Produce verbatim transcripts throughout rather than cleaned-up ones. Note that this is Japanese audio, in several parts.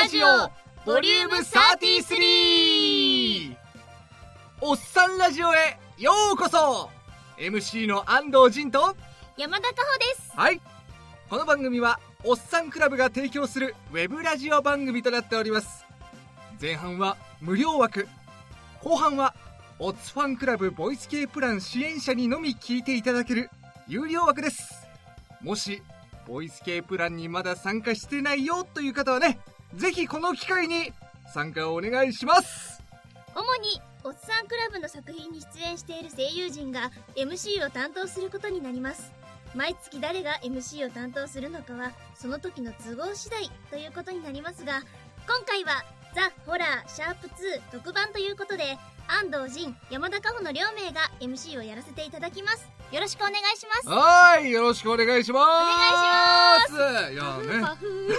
ラジオボリュームサーティースリー、おっさんラジオへようこそ。 エムシー の安藤仁と山田佳穂です。 はい、この番組はおっさんクラブが提供するウェブラジオ番組となっております。前半は無料枠、後半はオッズファンクラブボイス系プラン支援者にのみ聞いていただける有料枠です。もしボイス系プランにまだ参加してないよという方はね、ぜひこの機会に参加をお願いします。 主におっさんクラブの作品に出演している声優陣が エムシー を担当することになります。毎月誰が エムシー を担当するのかはその時の都合次第ということになりますが、今回はザ・ホラーシャープツー特番ということで、安藤仁、山田佳穂の両名が エムシー をやらせていただきます。よろしくお願いします。 はい、よろしくお願いします。 お願いします。いやーねパフー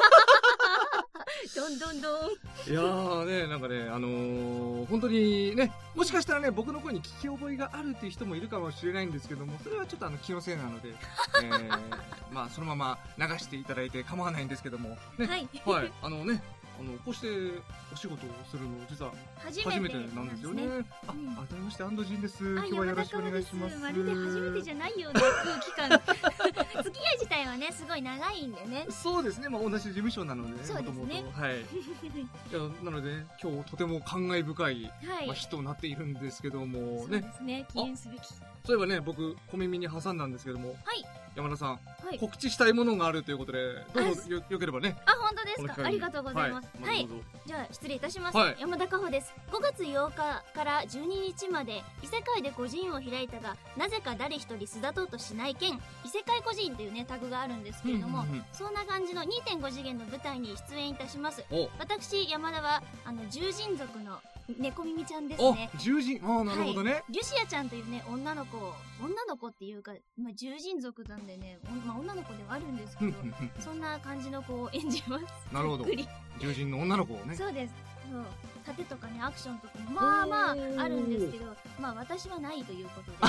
どんどんどん。 いやーね、なんかね、あのー、本当にね、もしかしたらね、僕の声に聞き覚えがあるっていう人もいるかもしれないんですけども、それはちょっとあの気のせいなので、えー、まあそのまま流していただいて構わないんですけども、ね、 はい、 はい、あのね、あのこうしてお仕事をするの実は初めてなんですよね。あ、改めまして安藤仁です。今日はよろしくお願いします。 まるで初めてじゃないような空気感。付き合い自体はねすごい長いんでね。 そうですね、まあ同じ事務所なので、ね、 そうですね。 元々はい。いやなので、ね、今日とても感慨深い、はい、まあ、日となっているんですけどもね。 そうですね、記念すべき。 そういえばね、僕小耳に挟んだんですけども、はい、山田さん、はい、告知したいものがあるということで、どうぞ よ, よければね。 あ、本当ですか。ありがとうございます。はい、はい、じゃあ失礼いたします。はい、山田佳穂です。ごがつようかからじゅうににちまで異世界で個人を開いたがなぜか誰一人巣立とうとしない件、異世界個人っていうねタグがあるんですけれども、うんうんうん、そんな感じの にてんご 次元の舞台に出演いたします。私山田はあの獣人族の猫耳ちゃんですね。 獣人、ああなるほどね、はい、 リュシアちゃんというね女の子女の子っていうか、まあ、獣人族なんでね、まあ、女の子ではあるんですけどそんな感じの子を演じます。 なるほど、獣人の女の子をね。 そうです。そう、盾とかねアクションとかもまあまああるんですけど、まあ私はないということで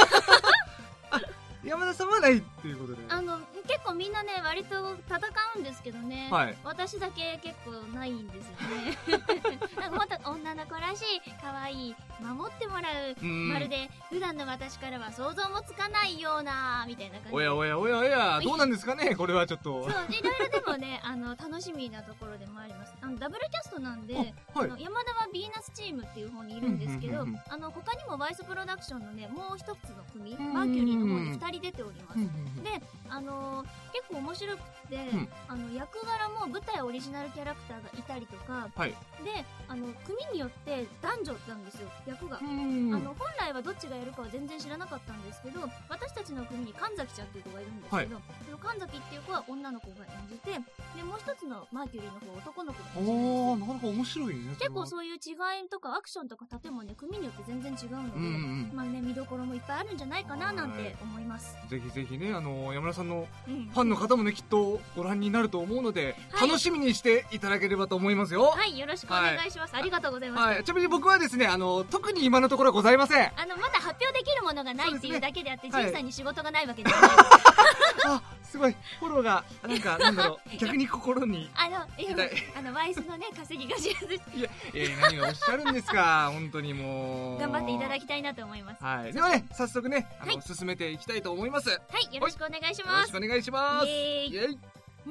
山田さんはないっていうことで、 あの結構みんなね割と戦うんですけどね、はい、私だけ結構ないんですよね。なんかもっと女の子らしい可愛い守ってもらう、まるで普段の私からは想像もつかないようなみたいな感じ。 おやおやおやおや、どうなんですかねこれはちょっと。 そう、いろいろでもねあの楽しみなところでもあります。あのダブルキャストなんで、はい、あの山田はヴィーナスチームっていう方にいるんですけど、あの他にもバイスプロダクションのねもう一つの組マーキュリーの方にふたり出ております。で、あのー、結構面白くて、うん、あの役柄も舞台オリジナルキャラクターがいたりとか、はい、であの組によって男女なんですよ役が。あの本来はどっちがやるかは全然知らなかったんですけど、私たちの組に神崎ちゃんっていう子がいるんですけど、はい、その神崎っていう子は女の子が演じて、でもう一つのマーキュリーの方は男の子が演じてるんですよ。 おー、なかなか面白いね。 結構そういう違いとかアクションとか盾もね組によって全然違うので、うんうん、まあね見どころもいっぱいあるんじゃないかななんて思います。 ぜひぜひね、あの山田さんのファンの方もね、うん、きっとご覧になると思うので、はい、楽しみにしていただければと思いますよ。 はい、よろしくお願いします。はい、ありがとうございます。 はい、ちなみに僕はですね、あの特に今のところはございません。 あのまだ発表できるものがないっていうだけであって、ジンさんに仕事がないわけではないです。 あ、すごいフォローがなんかなんだろう逆に心にあのあのワイスのね稼ぎがしやすい。 いやいや何がおっしゃるんですか本当にもう頑張っていただきたいなと思います。 はい、ではね早速ねあの、はい、進めていきたいと思います。はい、よろしくお願いします。 よろしくお願いします。イエーイ、イエーイ、うん、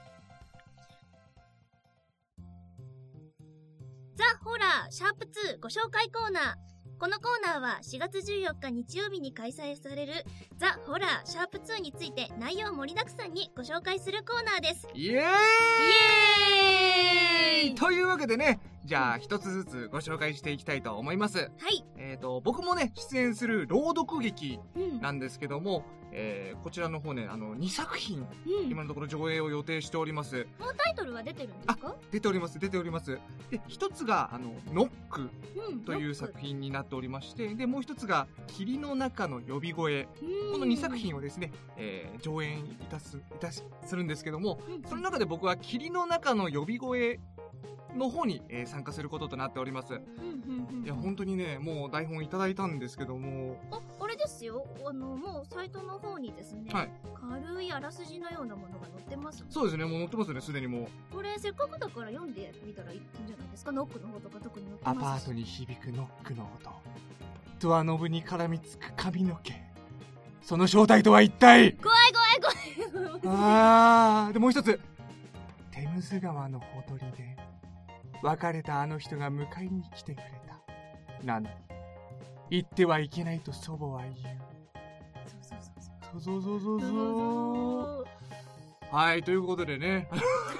ザ・ホラーシャープツーご紹介コーナー。このコーナーはしがつじゅうよっか日曜日に開催されるザ・ホラーシャープツーについて内容盛りだくさんにご紹介するコーナーです。 イエーイ、イエーイというわけでね、じゃあ一つずつご紹介していきたいと思います。 はい。 えっと僕もね出演する朗読劇なんですけども、うん、えー、こちらの方ねあのにさく品、うん、今のところ上映を予定しております。 もうタイトルは出てるんですか？ 出ております出ております。で一つがあのノックという作品になっておりまして、でもう一つが霧の中の呼び声、このにさく品をですね、えー、上演いたすいたしするんですけども、その中で僕は霧の中の呼び声の方に、えー、参加することとなっております。いや本当にねもう台本いただいたんですけども、 あ、あれでですよ。あの、もうサイトの方にですね、はい、軽いあらすじのようなものが載ってます、ね。 そうですね、もう載ってますね、すでにもう。 これ、せっかくだから読んでみたらいいんじゃないですか。ノックの方とか特に載ってます。 アパートに響くノックの音。ドアノブに絡みつく髪の毛。その正体とは一体。 怖い怖い怖い。 あー、でもう一つ。テムズ川のほとりで、別れたあの人が迎えに来てくれた。なのに、言ってはいけないと祖母は言う。そうそうそうそう。そうそうそうそう。はい、ということでね。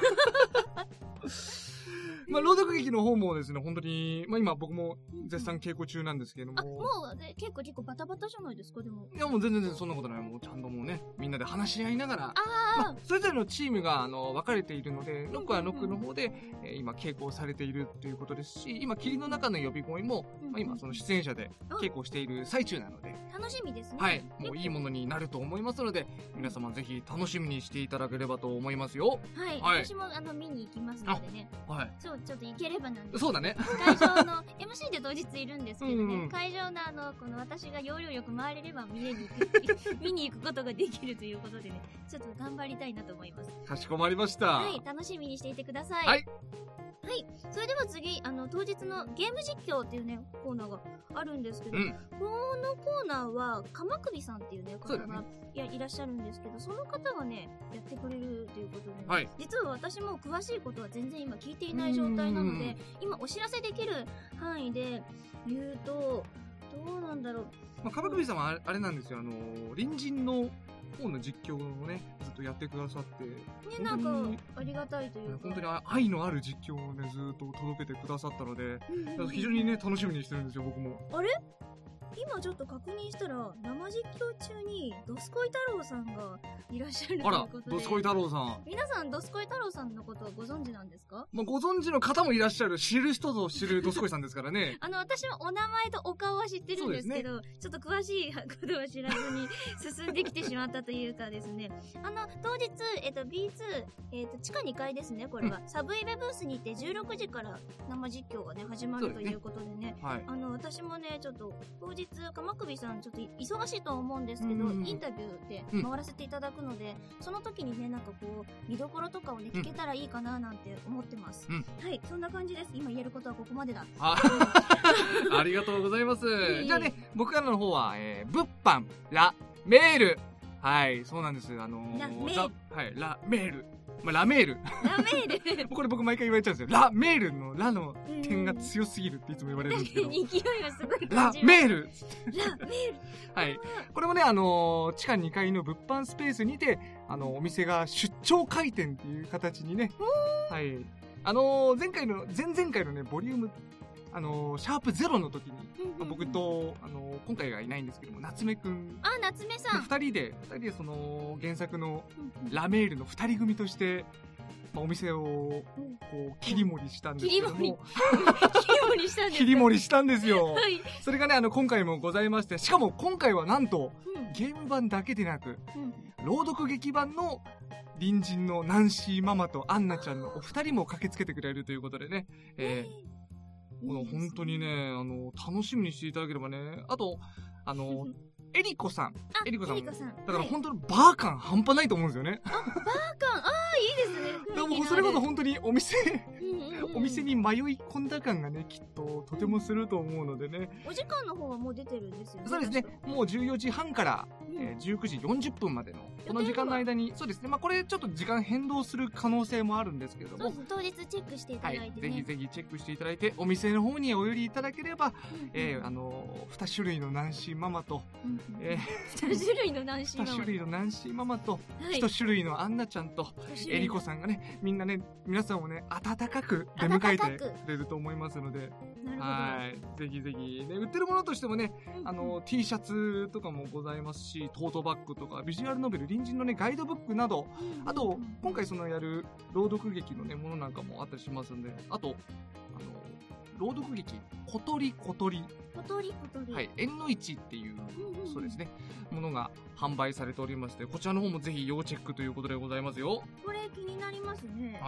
まあ、朗読劇の方もですね、本当に、まあ今僕も絶賛稽古中なんですけれども。 あ、もう、ね、結構結構バタバタじゃないですか、でも。 いやもう全然全然そんなことない。もうちゃんともうね、みんなで話し合いながら、 あまあ、それぞれのチームが、あの、分かれているので、ノックはノックの方で、えー、今稽古をされているということですし、今、霧の中の呼び声も、まあ今、その出演者で稽古をしている最中なので、 楽しみですね。 はい。もういいものになると思いますので、皆様ぜひ楽しみにしていただければと思いますよ。 はい。はい、私もあの、見に行きますのでね。はい。そう、ちょっと行ければなんです。 そうだね。 会場の エムシー で当日いるんですけどね、うんうん、会場のあの、この私が要領よく回れれば見えに行く、見に行くことができるということでね、ちょっと頑張りたいなと思います。 かしこまりました。 はい、楽しみにしていてください。 はい。 はい。それでは次、あの、当日のゲーム実況っていうね、コーナーがあるんですけど、うん、このコーナーは、鎌首さんっていうね、方がい, ね、いらっしゃるんですけど、その方がね、やってくれるということで、ね、はい、実は私も詳しいことは全然今聞いていない状態なので、今お知らせできる範囲で言うと、どうなんだろう。 まあ、鎌首さんはあれなんですよ、あの、隣人の方の実況をね、ずっとやってくださって。 ね、なんか、ありがたいというか。 本当に愛のある実況をね、ずっと届けてくださったので、非常にね、楽しみにしてるんですよ、僕も。 あれ今ちょっと確認したら、生実況中に、ドスコイ太郎さんがいらっしゃるということで。あら、 ドスコイ太郎さん。 皆さん、ドスコイ太郎さんのことをご存知なんですか？ まあ、ご存知の方もいらっしゃる、知る人ぞ知るドスコイさんですからね。 あの、私もお名前とお顔は知ってるんですけど、ね、ちょっと詳しいことは知らずに進んできてしまったというかですね。あの、当日、えっと、ビーツー、えっと、地下にかいですね、これは。うん、サブイベブースにてじゅうろくじから生実況がね、始まるということでね。はい、あの、私もね、ちょっと、当日、鎌首さんちょっと忙しいと思うんですけど、インタビューで回らせていただくので、うん、その時にね、なんかこう、見どころとかをね、聞けたらいいかななんて思ってます。うん、はい、そんな感じです。今言えることはここまでだ。 あ, ありがとうございます。じゃあね、僕からの方は、えー、物販、ラ、メール。はい、そうなんです。あのー、 ラ、メール。 はい、ラ、メール。まあ、ラメール。 ラメール。 これ僕毎回言われちゃうんですよ。ラメールのラの点が強すぎるっていつも言われるんですけど。 勢いがすごいラメール。 ラメール。 はい。これもね、あのー、地下にかいの物販スペースにて、あの、お店が出張開店っていう形にね。はい。あのー、前回の、前々回のね、ボリューム、あのー、シャープゼロの時に、まあ、僕と、あのー、今回がいないんですけども、夏目くん。 あ、夏目さん。 二人で、二人でその、原作のラメールの二人組として、まあ、お店を、こう、切り盛りしたんですけども。切り盛り切り盛りしたんです切り盛りしたんですよ。 はい。 それがね、あの、今回もございまして、しかも今回はなんと、うん、ゲーム版だけでなく、うん、朗読劇版の隣人のナンシーママとアンナちゃんのお二人も駆けつけてくれるということでね、えー、もう本当にね、あの、楽しみにしていただければね、あと、あの、エリコさん。 エリコさん。 だから本当にバー感半端ないと思うんですよね。 あ、バー感、ああ、いいですね。 でもそれこそ本当にお店、お店に迷い込んだ感がね、きっととてもすると思うのでね。 お時間の方はもう出てるんですよね。 そうですね。もうじゅうよじはんから、うんえー、じゅうくじよんじゅっぷんまでの、この時間の間に、そうですね。まあこれちょっと時間変動する可能性もあるんですけれども。 そうです。当日チェックしていただいて、ね。はい。 ぜひぜひチェックしていただいて、お店の方にお寄りいただければ、うん、えー、あのー、に種類のナンシーママと、うん、 えー、に種類のナンシーママ。 に種類のナンシーママと、はい、いち種類のアンナちゃんと、エリコさんがね、みんなね、皆さんをね、温かく出迎えてくれると思いますので、はい。ぜひぜひ、ね、売ってるものとしてもね、うんうん、あの、T シャツとかもございますし、トートバッグとか、ビジュアルノベル、隣人のね、ガイドブックなど、うんうん、あと、今回そのやる朗読劇のね、ものなんかもあったりしますんで、あと、あの、朗読劇、小鳥小鳥。 小鳥小鳥。 はい。縁の市っていう、うんうん、そうですね、ものが販売されておりまして、こちらの方もぜひ要チェックということでございますよ。 これ気になりますね。 はい。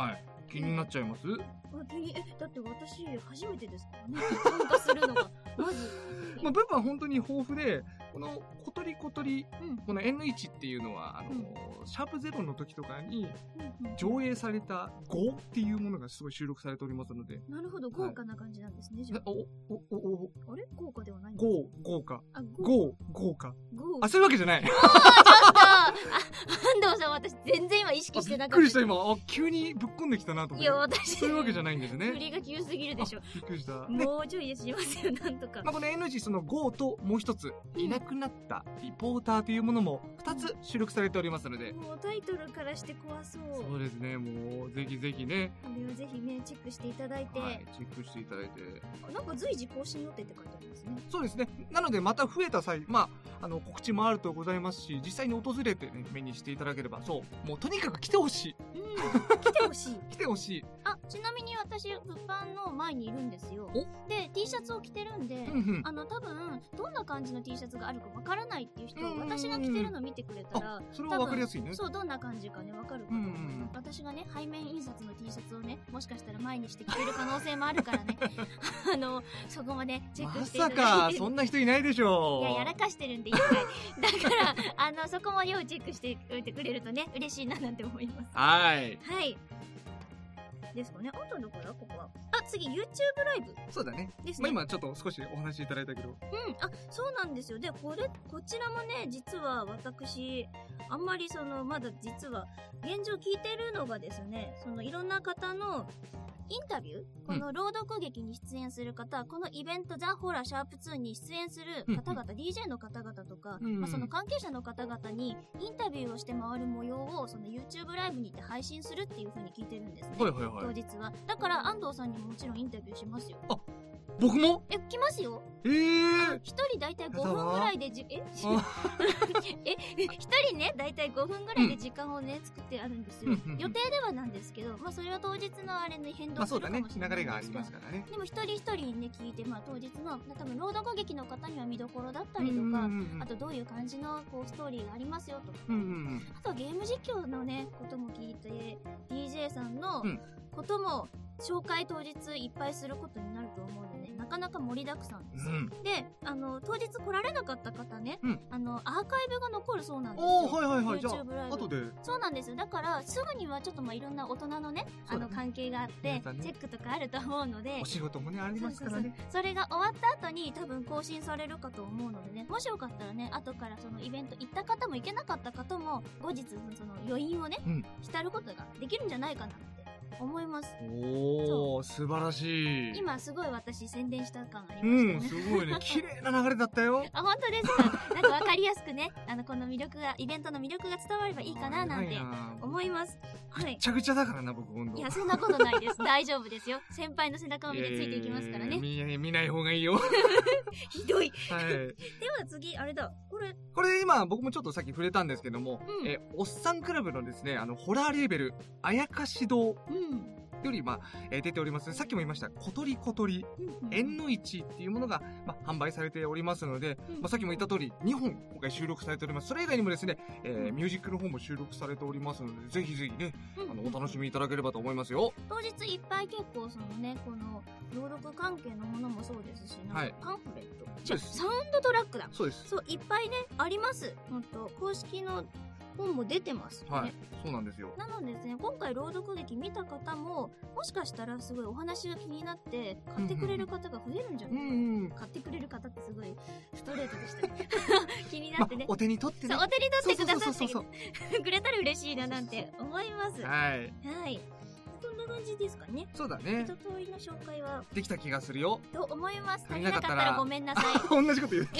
気になっちゃいます？ あ、気に、え、だって私、初めてですからね。参加するのが。まず。 まあ、物販本当に豊富で、この小鳥小鳥、うん、この エヌワン っていうのは、あの、うん、シャープゼロの時とかに上映されたゴーっていうものがすごい収録されておりますので。 なるほど、豪華な感じなんですね、じゃあ。 お、お、お、お、 あれ豪華ではないんですか？ ゴー、豪華。あ、ゴー、豪華。 ゴー。 あ、そういうわけじゃない。 おー、ちょっとあ、安藤さん、私全然今意識してなかった。 びっくりした、今。あ、急にぶっこんできたなと思って。 いや、私。 そういうわけじゃないんですね。 振りが急すぎるでしょ。 びっくりした。 もうちょいでしますよ、なんとか。 まあ、この エヌワン そのゴーともう一つ、いなくなったリポーターというものも二つ収録されておりますので。 もうタイトルからして怖そう。 そうですね、もうぜひぜひね。 あれをぜひね、チェックしていただいて。 はい、チェックしていただいて。 なんか随時更新予定って書いてありますね。 そうですね。なのでまた増えた際、まあ、あの、告知もあるとございますし、実際に訪れてね、目にしていただければ、そう、もうとにかく来てほしい。 うん、来てほしい。 来てほしい。 あ、ちなみに私、物販の前にいるんですよ。で、T シャツを着てるんで、うんうん、あの、多分、どんな感じの T シャツがあるかわからないっていう人、私が着てるの見てくれたら、 それはわかりやすいね。 そう、どんな感じかね、わかるかと思います。私がね、背面印刷の T シャツをね、もしかしたら前にして着てる可能性もあるからね、あの、そこまでチェックしていただいて。 まさか、そんな人いないでしょう。 いや、やらかしてるんで、一回。だから、あの、そこも要チェックしておいてくれるとね、嬉しいななんて思います。 はい。 はい。ですかね。あとだからここは。あ、次、YouTube ライブ。 そうだね。ですね。まあ今ちょっと少しお話しいただいたけど。うん。 あ、そうなんですよ。で、これ、こちらもね、実は私、あんまりその、まだ実は、現状聞いてるのがですね、そのいろんな方の、インタビューこの朗読劇に出演する方、うん、このイベントザ・ホラーシャープツーに出演する方々、うん、ディージェー の方々とか、うんまあ、その関係者の方々にインタビューをして回る模様をその YouTube ライブにて配信するっていう風に聞いてるんですね。 はいはいはい。 当日は。だから安藤さんにももちろんインタビューしますよ。 あ、僕もえ、来ますよ。 えー。 一人だいたいごふんぐらいでじ、ええ、一人ね、だいたいごふんぐらいで時間をね、うん、作ってあるんですよ。予定ではなんですけど、まあそれは当日のあれに変動するかもしれない。まあそうだね、 流れがありますからね。 でも一人一人にね、聞いて、まあ当日の、多分朗読劇の方には見どころだったりとか、あとどういう感じのこうストーリーがありますよとか、あとゲーム実況のね、ことも聞いて、ディージェー さんのことも、紹介当日いっぱいすることになると思うので、なかなか盛りだくさんですよ。うん、で、あの、当日来られなかった方ね、うん、あの、アーカイブが残るそうなんですよ。 おー、はいはいはい。YouTube ライブ。後で。 そうなんですよ。だから、すぐにはちょっとまあいろんな大人のね、あの、関係があって、ね、チェックとかあると思うので。 お仕事もね、ありますからね。 そうそうそう。それが終わった後に多分更新されるかと思うのでね、もしよかったらね、後からそのイベント行った方も行けなかった方も、後日その余韻をね、うん、浸ることができるんじゃないかなって。思います。 おー、素晴らしい。 今すごい私宣伝した感ありましたね。 うん、すごいね。綺麗な流れだったよ。 あ、本当ですか。なんかわかりやすくね、あの、この魅力が、イベントの魅力が伝わればいいかななんて思います。 はい。ぐっちゃぐちゃだからな、僕、今度。 いや、そんなことないです。大丈夫ですよ。先輩の背中を見てついていきますからね。 見、見ない方がいいよ。 ひどい。 はい。では次、あれだ。これ。 これ今、僕もちょっとさっき触れたんですけども、うん、え、おっさんクラブのですね、あの、ホラーレーベル、あやかし堂。うん。より、まあ、えー、出ております。さっきも言いました、小鳥小鳥、エヌワン っていうものが、まあ、販売されておりますので、まあ、さっきも言った通り、にほん今回収録されております。それ以外にもですね、えー、ミュージックの方も収録されておりますので、ぜひぜひね、あの、お楽しみいただければと思いますよ。 当日いっぱい結構そのね、この、朗読関係のものもそうですし、なんかパンフレット。そうです。サウンドトラックだ。 そうです。 そう、いっぱいね、あります。ほんと、公式の、本も出てますね。 はい。そうなんですよ。 なのでですね、今回朗読劇見た方も、もしかしたらすごいお話が気になって、買ってくれる方が増えるんじゃないかな。うんうん、買ってくれる方ってすごいストレートでしたね。気になってね、 ま。お手に取ってね。 そう、お手に取ってくださってくれたら嬉しいななんて思います。 はい。 はい。こんな感じですかね。 そうだね。 一通りの紹介はできた気がするよ。 と思います。足りなかったらごめんなさい。 同じこと言う。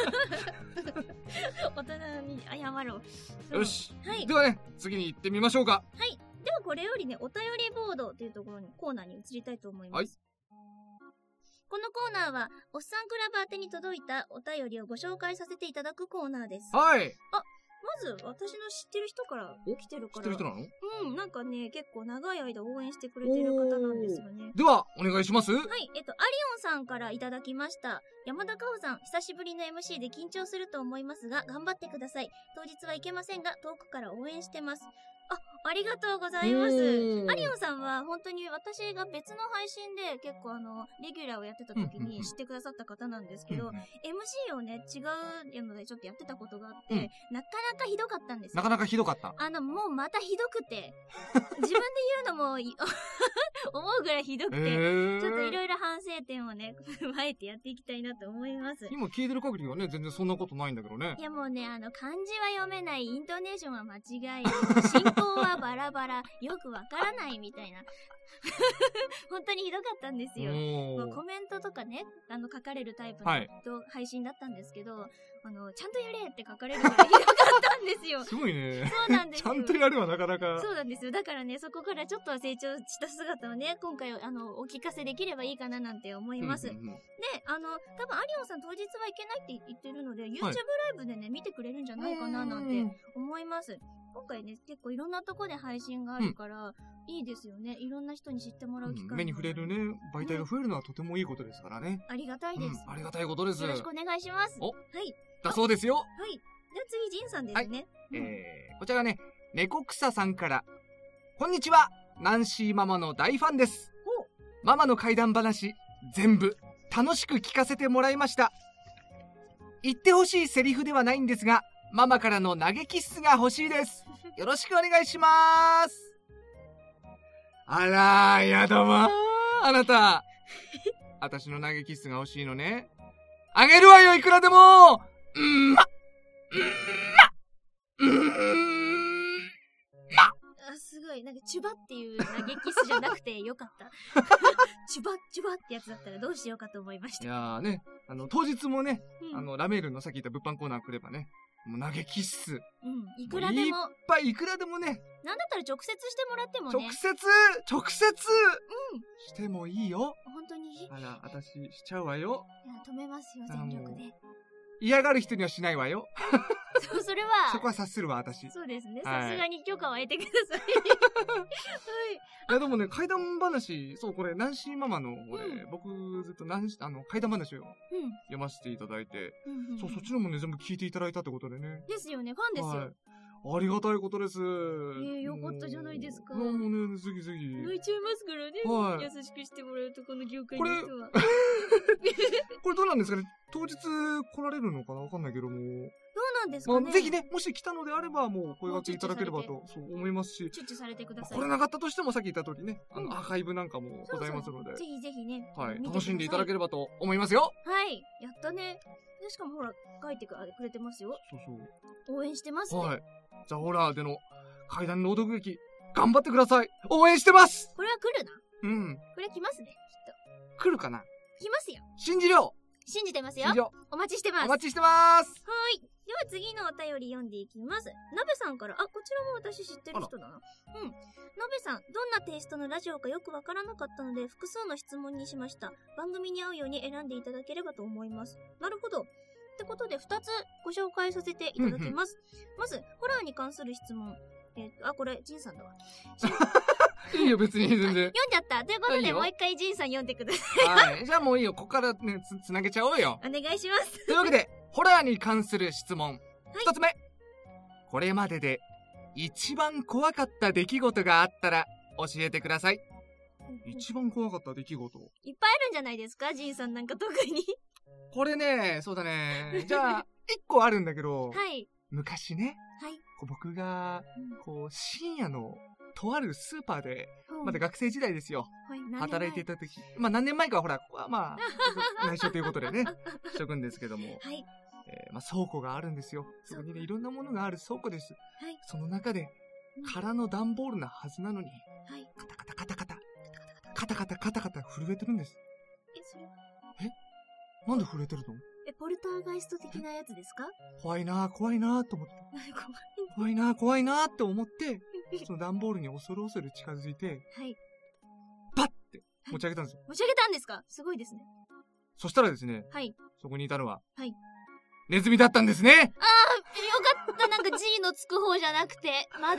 大人に謝ろう。 よし。はい。ではね、次に行ってみましょうか。 はい。ではこれよりね、お便りボードっていうところに、コーナーに移りたいと思います。はい。このコーナーは、おっさんクラブ宛てに届いたお便りをご紹介させていただくコーナーです。 はい。 あ、まず、私の知ってる人から来てるから。 知ってる人なの？ うん、なんかね、結構長い間応援してくれてる方なんですよね。 では、お願いします。 はい、えっと、アリオンさんからいただきました。山田かほさん、久しぶりの エムシー で緊張すると思いますが、頑張ってください。当日は行けませんが、遠くから応援してます。あ、 ありがとうございます。アリオンさんは本当に私が別の配信で結構あの、レギュラーをやってた時に知ってくださった方なんですけど、うんうん、エムシー をね、違うのでちょっとやってたことがあって、うん、なかなかひどかったんですよ。 なかなかひどかった。 あの、もうまたひどくて、自分で言うのも思うぐらいひどくて、えー、ちょっといろいろ反省点をね、踏まえてやっていきたいなと思います。 今聞いてる限りはね、全然そんなことないんだけどね。 いやもうね、あの、漢字は読めない、イントネーションは間違い、進行はバラバラ、よくわからないみたいな。本当にひどかったんですよ。もうコメントとかね、あの、書かれるタイプの、はい、配信だったんですけど、あの、ちゃんとやれって書かれるぐらいひどかったんですよ。 すごいね。 そうなんですよ。 ちゃんとやるはなかなか。 そうなんですよ。だからね、そこからちょっとは成長した姿をね、今回、あの、お聞かせできればいいかななんて思います。うんうんうん、で、あの、多分アリオンさん当日はいけないって言ってるので、YouTube ライブでね、見てくれるんじゃないかななんて思います。今回ね、結構いろんなとこで配信があるから、うん、いいですよね。いろんな人に知ってもらう機会、 うん、目に触れるね、媒体が増えるのはとてもいいことですからね。 うん、ありがたいです、 うん。ありがたいことです。 よろしくお願いします。 お、 はい。 だそうですよ。 はい。じゃあ次、ジンさんですね。はいうん、えー、こちらね、猫草さんから。こんにちは。ナンシーママの大ファンです。ママの怪談話、全部楽しく聞かせてもらいました。言ってほしいセリフではないんですが、ママからの投げキッスが欲しいです。よろしくお願いします。あらー、やだわー、あなた。私の投げキッスが欲しいのね。あげるわよ、いくらでも。うんま、うんま、うんま。 あ、すごい。なんか、チュバっていう投げキスじゃなくてよかった。チュバ、チュバってやつだったらどうしようかと思いました。 いやーね、あの、当日もね、うん、あの、ラメールのさっき言った物販コーナー来ればね、もう投げキッス。 うん。いくらでも。いっぱいいくらでもね。 なんだったら直接してもらってもね。 直接直接うん。してもいいよ。 本当にあら、私しちゃうわよ。 いや、止めますよ、全力で。 嫌がる人にはしないわよ。 そう、それは。 そこは察するわ、私。 そうですね。さすがに許可を得てください。はい。 いや、でもね、怪談話、そう、これ、ナンシーママの、これ、うん、僕、ずっと、ナンあの、怪談話を、読ませていただいて、うん、そう、そっちのもね、全部聞いていただいたってことでね。 ですよね、ファンですよ。はい。 ありがたいことです。ええ、よかったじゃないですか。 もうね、ぜひぜひ。 泣いちゃいますからね。はい。優しくしてもらうと、この業界の人は。 これどうなんですかね、当日来られるのかな、わかんないけども。 どうなんですかね。 まあ、ぜひね、もし来たのであれば、もう声掛けいただければと、そう思いますし。 チュッチュされてください。 来れなかったとしても、さっき言った通りね、あの、アーカイブなんかもございますので。 ぜひぜひね。 はい。楽しんでいただければと思いますよ。 はい。やったね。しかもほら、書いてくれてますよ。 そうそう。 応援してますね。 はい。ザ・ホラーでの怪談朗読劇、頑張ってください。応援してます。 これは来るな。 うん。 これ来ますね、きっと。来るかな。 来ますよ。 信じよう。 信じてますよ。お待ちしてます。 お待ちしてます。 はい。では次のお便り読んでいきます。なべさんから、あ、こちらも私知ってる人だな。うん。なべさん、どんなテイストのラジオかよくわからなかったので、複数の質問にしました。番組に合うように選んでいただければと思います。なるほど。ってことでふたつご紹介させていただきます。うんうん、まず、ホラーに関する質問。えっと、あ、これ、ジンさんだわ。 いいよ、別に全然。 読んじゃった。ということで、もう一回ジンさん読んでください。 はい。じゃあもういいよ。ここからね、つ、つなげちゃおうよ。 お願いします。 というわけで、ホラーに関する質問。一、はい、つ目。これまでで一番怖かった出来事があったら教えてください。一番怖かった出来事。 いっぱいあるんじゃないですか、ジンさんなんか特に。 これね、そうだね。じゃあ、一個あるんだけど。 はい。 昔ね。 はい。 こう僕が、こう、深夜の、とあるスーパーで、うん、まだ学生時代ですよ。はい、働いていた時。まあ何年前かはほら、ここはまあ、内緒ということでね、しとくんですけども。 はい。 えー、まあ倉庫があるんですよ。そこにね、いろんなものがある倉庫です。 はい。 その中で、空の段ボールなはずなのに、 はい。 カタカタカタカタ、カタカタカタカタ震えてるんです。 え、それえなんで震えてるの？ え、ポルターガイスト的なやつですか？ 怖いなぁ、怖いなぁと思って。怖いなぁ、怖いなぁって思って、その段ボールに恐る恐る近づいて、 はい。 パッて持ち上げたんですよ。 持ち上げたんですか？すごいですね。 そしたらですね、 はい。 そこにいたのは、 はい。 ネズミだったんですね。 ああ、よかった。なんか G のつく方じゃなくて、まだ。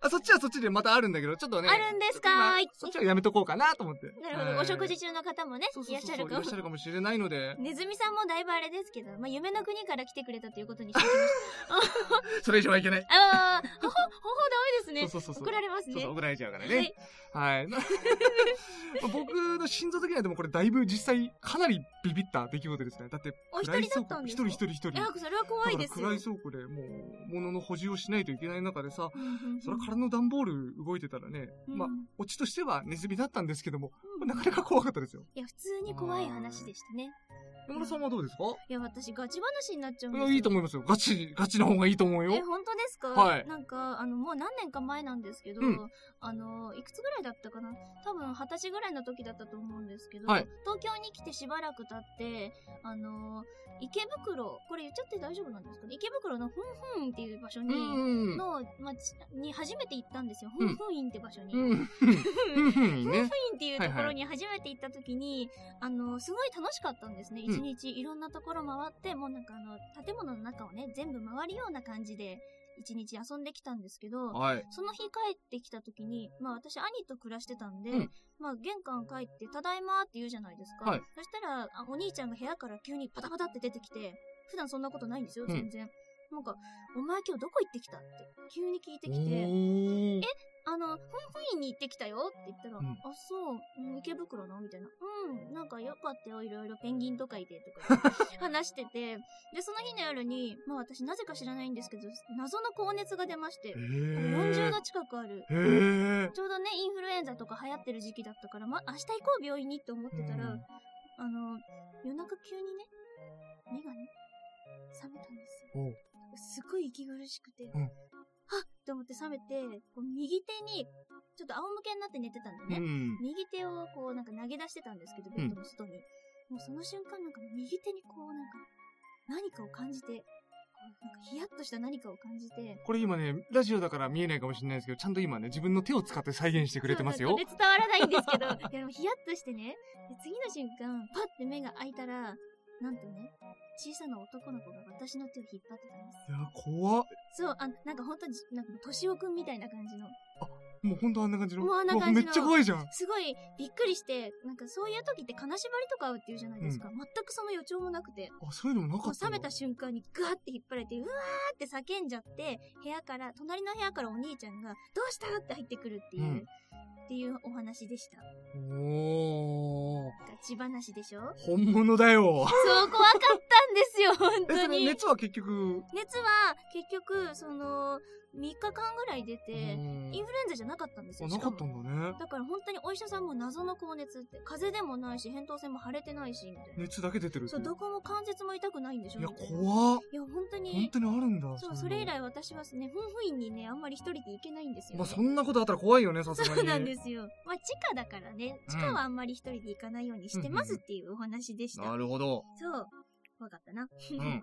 あ、そっちはそっちでまたあるんだけど、ちょっとね。 あるんですかーい。 そっちはやめとこうかなと思って。 なるほど。お食事中の方もね、いらっしゃるかも。 いらっしゃるかもしれないので。 ネズミさんもだいぶあれですけど、まあ、夢の国から来てくれたということにしておきました。それ以上はいけない。 ああ、ほほ、ほほダメですね。 そうそうそう。 怒られますね。 そうそう、怒られちゃうからね。はい。はい、僕の心臓的にはでもこれだいぶ実際かなりビビった出来事ですね。だって、 お一人だったんですか？ 一人一人一人。 いや、それは怖いですよ。 暗い倉庫でもう、物の補充をしないといけない中でさ、それは空の段ボール動いてたらね、まあ、オチとしてはネズミだったんですけども、なかなか怖かったですよ。 いや、普通に怖い話でしたね。 山田さんはどうですか？ いや、私、ガチ話になっちゃうんですよ。 いや、いいと思いますよ。ガチ、ガチの方がいいと思うよ。 え、本当ですか？ はい。 なんか、あの、もう何年か前なんですけど、うん、あの、いくつぐらいだったかな？多分、二十歳ぐらいの時だったと思うんですけど、はい、東京に来てしばらく経って、あの、池袋、これ言っちゃって大丈夫なんですかね？池袋のふんふんっていう場所に、の、ま、に初めて行ったんですよ。ふんふん院って場所に。ふんふん院っていうところに初めて行った時に、あの、すごい楽しかったんですね。一日いろんなところ回って、もうなんかあの、建物の中をね、全部回るような感じで、一日遊んできたんですけど、はい、その日帰ってきた時に、まあ私兄と暮らしてたんで、うん、まあ玄関帰って、ただいまって言うじゃないですか。はい、そしたらあ、お兄ちゃんが部屋から急にパタパタって出てきて、普段そんなことないんですよ、全然。うん、なんか、お前今日どこ行ってきたって、急に聞いてきて、えあの、ふんふん院に行ってきたよって言ったら、うん、あ、そう、うん、池袋のみたいな。うん、なんかよかったよ、いろいろペンギンとかいて、とか話してて。で、その日の夜に、まあ私なぜか知らないんですけど、謎の高熱が出まして、よんじゅうど近くある。ちょうどね、インフルエンザとか流行ってる時期だったから、ま、明日行こう病院にって思ってたら、うん、あの、夜中急にね、目がね、覚めたんですよ。すごい息苦しくて。うんはっって思って覚めて、こう右手に、ちょっと仰向けになって寝てたんでね、うん、右手をこうなんか投げ出してたんですけど、ベッドの外に。うん、もうその瞬間なんか右手にこうなんか、何かを感じて、なんかヒヤッとした何かを感じて。 これ今ね、ラジオだから見えないかもしれないですけど、ちゃんと今ね、自分の手を使って再現してくれてますよ。 そう伝わらないんですけど、いやヒヤッとしてね、で次の瞬間、パッて目が開いたら、なんとね、小さな男の子が私の手を引っ張ってたんです。 いや、怖っ。 そう、あ、なんかほんとに、なんか、としおくんみたいな感じの。 あ、もうほんとあんな感じの。 もうあんな感じの。 めっちゃ怖いじゃん。 すごい、びっくりして、なんかそういう時って金縛りとか合うって言うじゃないですか。うん、全くその予兆もなくて。 あ、そういうのもなかった。 冷めた瞬間にガーって引っ張られて、うわーって叫んじゃって、部屋から、隣の部屋からお兄ちゃんが、どうしたって入ってくるっていう。うんっていうお話でした。 おー。 ガチ話でしょ？ 本物だよ。 そう、怖かったんですよ、本当に。 熱は結局熱は、結局、その、みっかかんぐらい出て、インフルエンザじゃなかったんですよ。 なかったんだね。 だから本当にお医者さんも謎の高熱って、風邪でもないし、扁桃腺も腫れてないし、みたいな。 熱だけ出てるって。 そう、どこも関節も痛くないんでしょ。 いや、怖っ。 いや、本当に。 本当にあるんだ。 そう、それ以来私はね、ふんふん院にね、あんまり一人で行けないんですよ、ね。 まあ、そんなことあったら怖いよね、さすがに。 そうなんですよ。まあ、地下だからね、地下はあんまり一人で行かないようにしてますっていうお話でした。 なるほど。 そう。怖かったな。うん。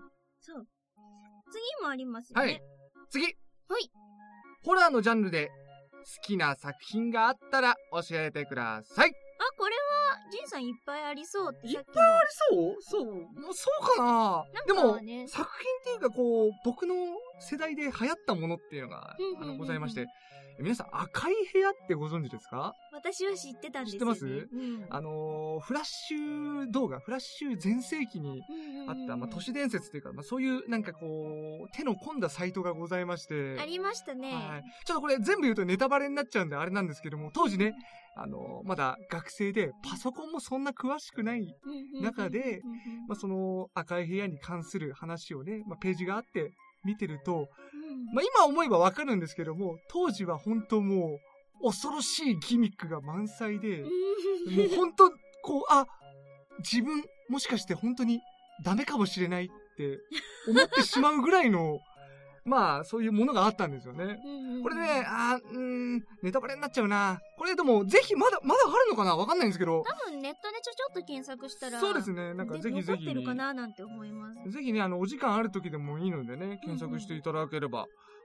そう。次もありますよね。 はい。次。 はい。 ホラーのジャンルで好きな作品があったら教えてください。 あ、これは、ジンさんいっぱいありそうってさっきいっぱいありそうそうもうそうかな、ね、でも、作品っていうかこう、僕の世代で流行ったものっていうのが、あの、ございまして、皆さん赤い部屋ってご存知ですか？ 私は知ってたんですよ、ね。 知ってます？うん、あのー、フラッシュ動画、フラッシュ全盛期にあった、まあ、都市伝説っていうか、まあ、そういうなんかこう、手の込んだサイトがございまして。 ありましたね。 はい。ちょっとこれ全部言うとネタバレになっちゃうんであれなんですけども、当時ね、あのー、まだ学生でパソコンもそんな詳しくない中で、まあ、その赤い部屋に関する話をね、まあ、ページがあって、見てると、うん、まあ今思えばわかるんですけども、当時は本当もう恐ろしいギミックが満載で、もう本当こう、あ、自分もしかして本当にダメかもしれないって思ってしまうぐらいの、まあそういうものがあったんですよね。これね、あー、うーん、ネタバレになっちゃうな。これでもぜひまだ、まだあるのかなわかんないんですけど。 多分ネットでちょちょっと検索したら。 そうですね。なんかぜひぜひ。 残ってるかななんて思います。 ぜひね、あの、お時間ある時でもいいのでね、検索していただければ。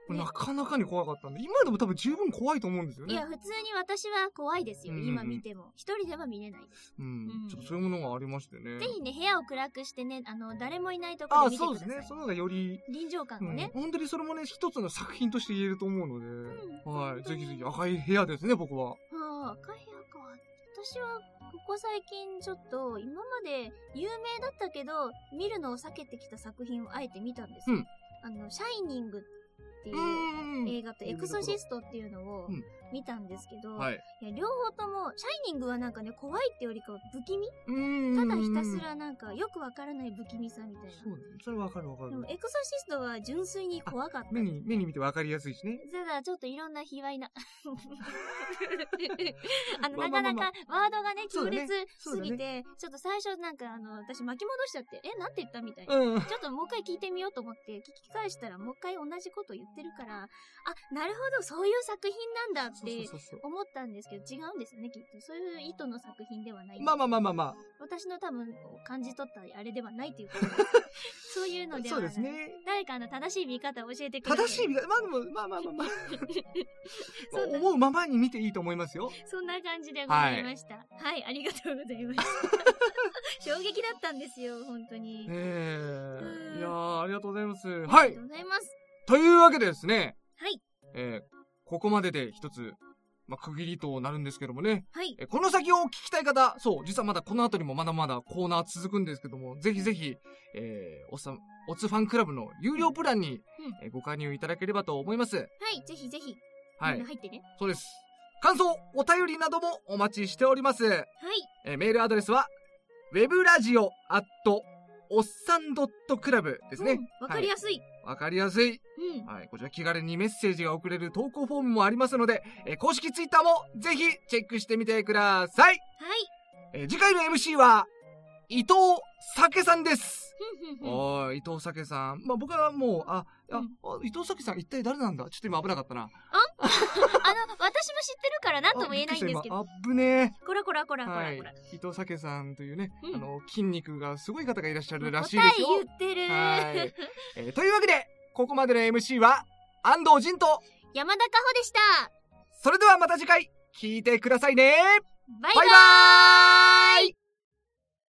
なかなかに怖かったんで、今でも多分十分怖いと思うんですよね。 いや、普通に私は怖いですよ、うんうん、今見ても。一人では見れない。 うん、うん。ちょっとそういうものがありましてね。 ぜひね、部屋を暗くしてね、あの、誰もいないところで見てください。あ、そうですね。 その方がより。 臨場感をね、 うん。本当にそれもね、一つの作品として言えると思うので。うん、はい。ぜひぜひ、赤い部屋ですね、僕は。 ああ、赤い部屋か。私は、ここ最近ちょっと、今まで有名だったけど、見るのを避けてきた作品をあえて見たんですよ。うん、あの、シャイニングっていう映画とエクソシストっていうのを見たんですけど、うんはい、いや両方とも、シャイニングはなんかね、怖いってよりかは不気味ただひたすらなんかよくわからない不気味さみたいな。 そうね。それわかるわかる。 でもエクソシストは純粋に怖かった。 目に、目に見てわかりやすいしね。 ただちょっといろんな卑猥な。あの、なかなかワードがね、強烈すぎて、ねね、ちょっと最初なんかあの、私巻き戻しちゃって、え、なんて言ったみたいな、うん。ちょっともう一回聞いてみようと思って聞き返したらもう一回同じこと言ってるから、あ、なるほど、そういう作品なんだって思ったんですけど、違うんですよね、きっと。そういう意図の作品ではない。 まあまあまあまあまあ。 私の多分感じ取ったあれではないということで。そういうのではない。そうですね。誰かの正しい見方を教えてください。 正しい見方、まあでも、まあまあまあまあ。思うままに見ていいと思いますよ。 そんな感じでございました。はい、はい、ありがとうございました。衝撃だったんですよ、本当に。 ええー。いやー、ありがとうございます。はい。 ありがとうございます。 というわけでですね。 はい。 えー、ここまでで一つ、まあ、区切りとなるんですけどもね。 はい。 えー、この先を聞きたい方、そう、実はまだこの後にもまだまだコーナー続くんですけども、ぜひぜひ、えー、おさ、おつファンクラブの有料プランに、うんえー、ご加入いただければと思います。 はい、ぜひぜひ。 はい。 入ってね。 そうです。感想、お便りなどもお待ちしております。はい。えー、メールアドレスは、ウェブラジオアットおっさんドットクラブですね。 わ、うん、かりやすい。 わ、はい、かりやすい。 うん。 はい。こちら気軽にメッセージが送れる投稿フォームもありますので、えー、公式ツイッターもぜひチェックしてみてください。 はい。 えー、次回の エムシー は、伊藤酒さんです。おー、伊藤酒さん。まあ、僕はもう、あ、あ、うん、伊藤酒さん一体誰なんだちょっと今危なかったな。 ああの、私も知ってるから何とも言えないんですけど。 あぶねー。こらこらこらこらこら。はい、 伊藤酒さんというね、うん、あの、筋肉がすごい方がいらっしゃるらしいですよ。 答え言ってる。 はい。えー、というわけで、ここまでの エムシー は、安藤仁と、 山田香穂でした。 それではまた次回、聞いてくださいね。 バイバーイ。 バイバーイ。